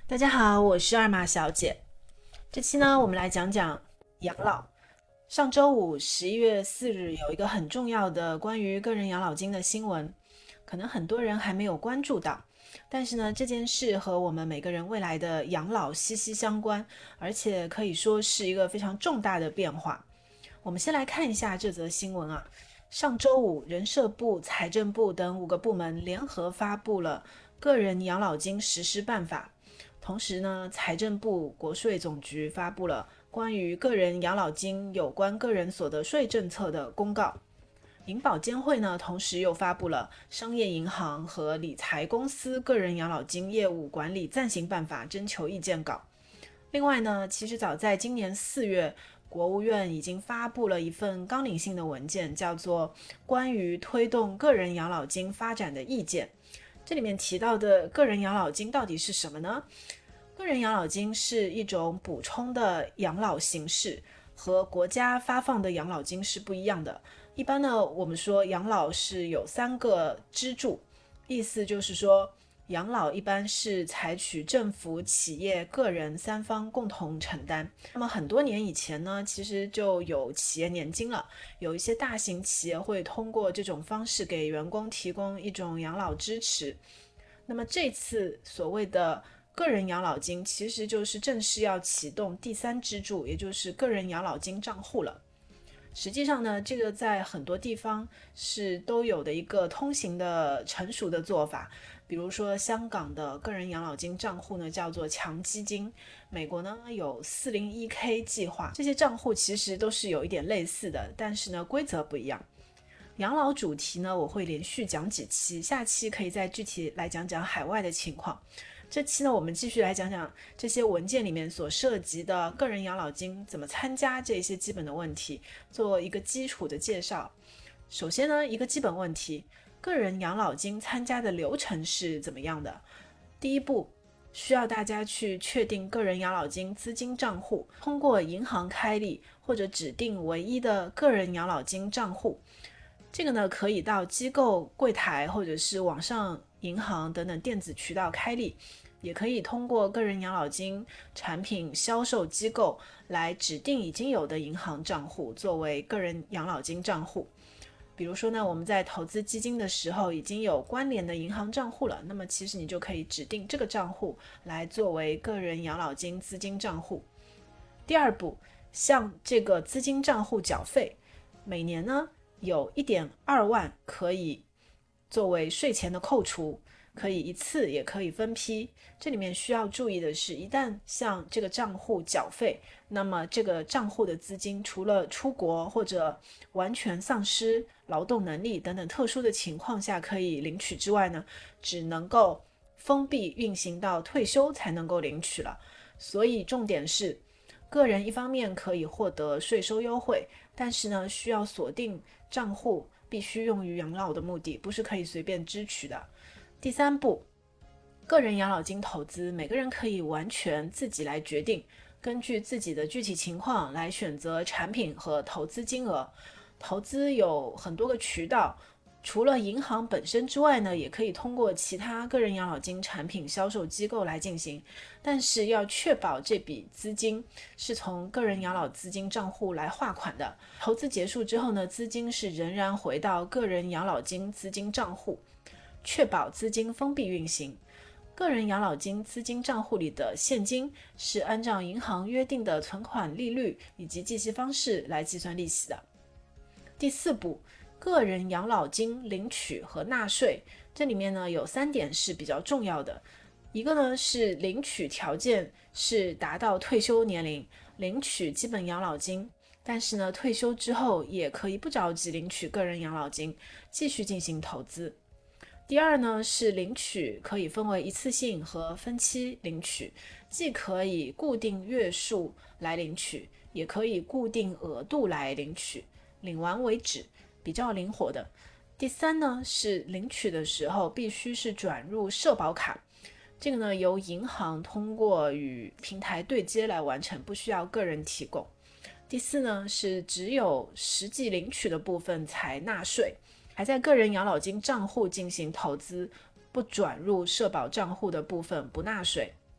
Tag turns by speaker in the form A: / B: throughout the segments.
A: 大家好，我是二马小姐。这期呢，我们来讲讲养老。上周五11月4日有一个很重要的关于个人养老金的新闻，可能很多人还没有关注到，但是呢，这件事和我们每个人未来的养老息息相关，而且可以说是一个非常重大的变化。我们先来看一下这则新闻啊。上周五，人社部、财政部等5个部门联合发布了个人养老金实施办法。同时呢，财政部、国税总局发布了关于个人养老金有关个人所得税政策的公告。银保监会呢，同时又发布了商业银行和理财公司个人养老金业务管理暂行办法征求意见稿。另外呢，其实早在今年4月，国务院已经发布了一份纲领性的文件，叫做《关于推动个人养老金发展的意见》。这里面提到的个人养老金到底是什么呢？个人养老金是一种补充的养老形式，和国家发放的养老金是不一样的。一般呢，我们说养老是有3个支柱，意思就是说养老一般是采取政府、企业、个人3方共同承担。那么很多年以前呢，其实就有企业年金了，有一些大型企业会通过这种方式给员工提供一种养老支持。那么这次所谓的个人养老金其实就是正式要启动第3支柱，也就是个人养老金账户了。实际上呢，这个在很多地方是都有的一个通行的成熟的做法。比如说香港的个人养老金账户呢叫做强基金，美国呢有 401k 计划，这些账户其实都是有一点类似的，但是呢规则不一样。养老主题呢我会连续讲几期，下期可以再具体来讲讲海外的情况。这期呢我们继续来讲讲这些文件里面所涉及的个人养老金怎么参加这些基本的问题，做一个基础的介绍。首先呢，一个基本问题，个人养老金参加的流程是怎么样的？第一步，需要大家去确定个人养老金资金账户，通过银行开立或者指定唯一的个人养老金账户。这个呢，可以到机构柜台或者是网上银行等等电子渠道开立，也可以通过个人养老金产品销售机构来指定已经有的银行账户作为个人养老金账户。比如说呢，我们在投资基金的时候已经有关联的银行账户了，那么其实你就可以指定这个账户来作为个人养老金资金账户。第二步，向这个资金账户缴费，每年呢有 1.2 万可以作为税前的扣除，可以一次也可以分批。这里面需要注意的是，一旦向这个账户缴费，那么这个账户的资金除了出国或者完全丧失劳动能力等等特殊的情况下可以领取之外呢，只能够封闭运行到退休才能够领取了。所以重点是，个人一方面可以获得税收优惠，但是呢，需要锁定账户必须用于养老的目的，不是可以随便支取的。第三步，个人养老金投资，每个人可以完全自己来决定，根据自己的具体情况来选择产品和投资金额。投资有很多个渠道，除了银行本身之外呢，也可以通过其他个人养老金产品销售机构来进行，但是要确保这笔资金是从个人养老资金账户来划款的。投资结束之后呢，资金是仍然回到个人养老金资金账户，确保资金封闭运行。个人养老金资金账户里的现金是按照银行约定的存款利率以及计息方式来计算利息的。第四步，个人养老金领取和纳税，这里面呢有3点是比较重要的。一个呢是领取条件是达到退休年龄，领取基本养老金，但是呢退休之后也可以不着急领取个人养老金，继续进行投资。第二呢是领取可以分为一次性和分期领取，既可以固定月数来领取，也可以固定额度来领取，领完为止，比较灵活的。第三呢是领取的时候必须是转入社保卡，这个呢由银行通过与平台对接来完成，不需要个人提供。第四呢是只有实际领取的部分才纳税，还在个人养老金账户进行投资，不转入社保账户的部分不纳税。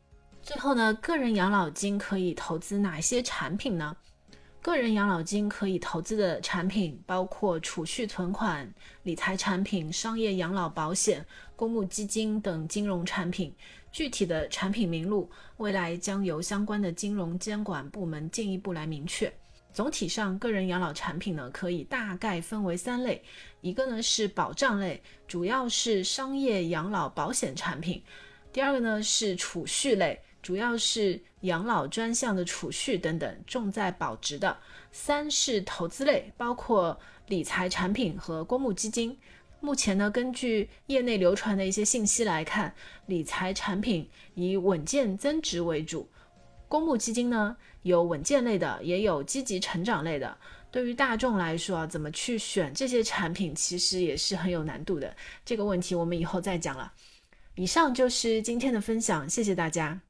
A: 最后呢，个人养老金可以投资哪些产品呢？个人养老金可以投资的产品包括储蓄存款、理财产品、商业养老保险、公募基金等金融产品。具体的产品名录，未来将由相关的金融监管部门进一步来明确。总体上，个人养老产品呢，可以大概分为3类，一个呢是保障类，主要是商业养老保险产品；第二个呢是储蓄类，主要是养老专项的储蓄等等，重在保值的。3是投资类，包括理财产品和公募基金。目前呢，根据业内流传的一些信息来看，理财产品以稳健增值为主，公募基金呢有稳健类的，也有积极成长类的。对于大众来说怎么去选这些产品其实也是很有难度的，这个问题我们以后再讲了。以上就是今天的分享，谢谢大家。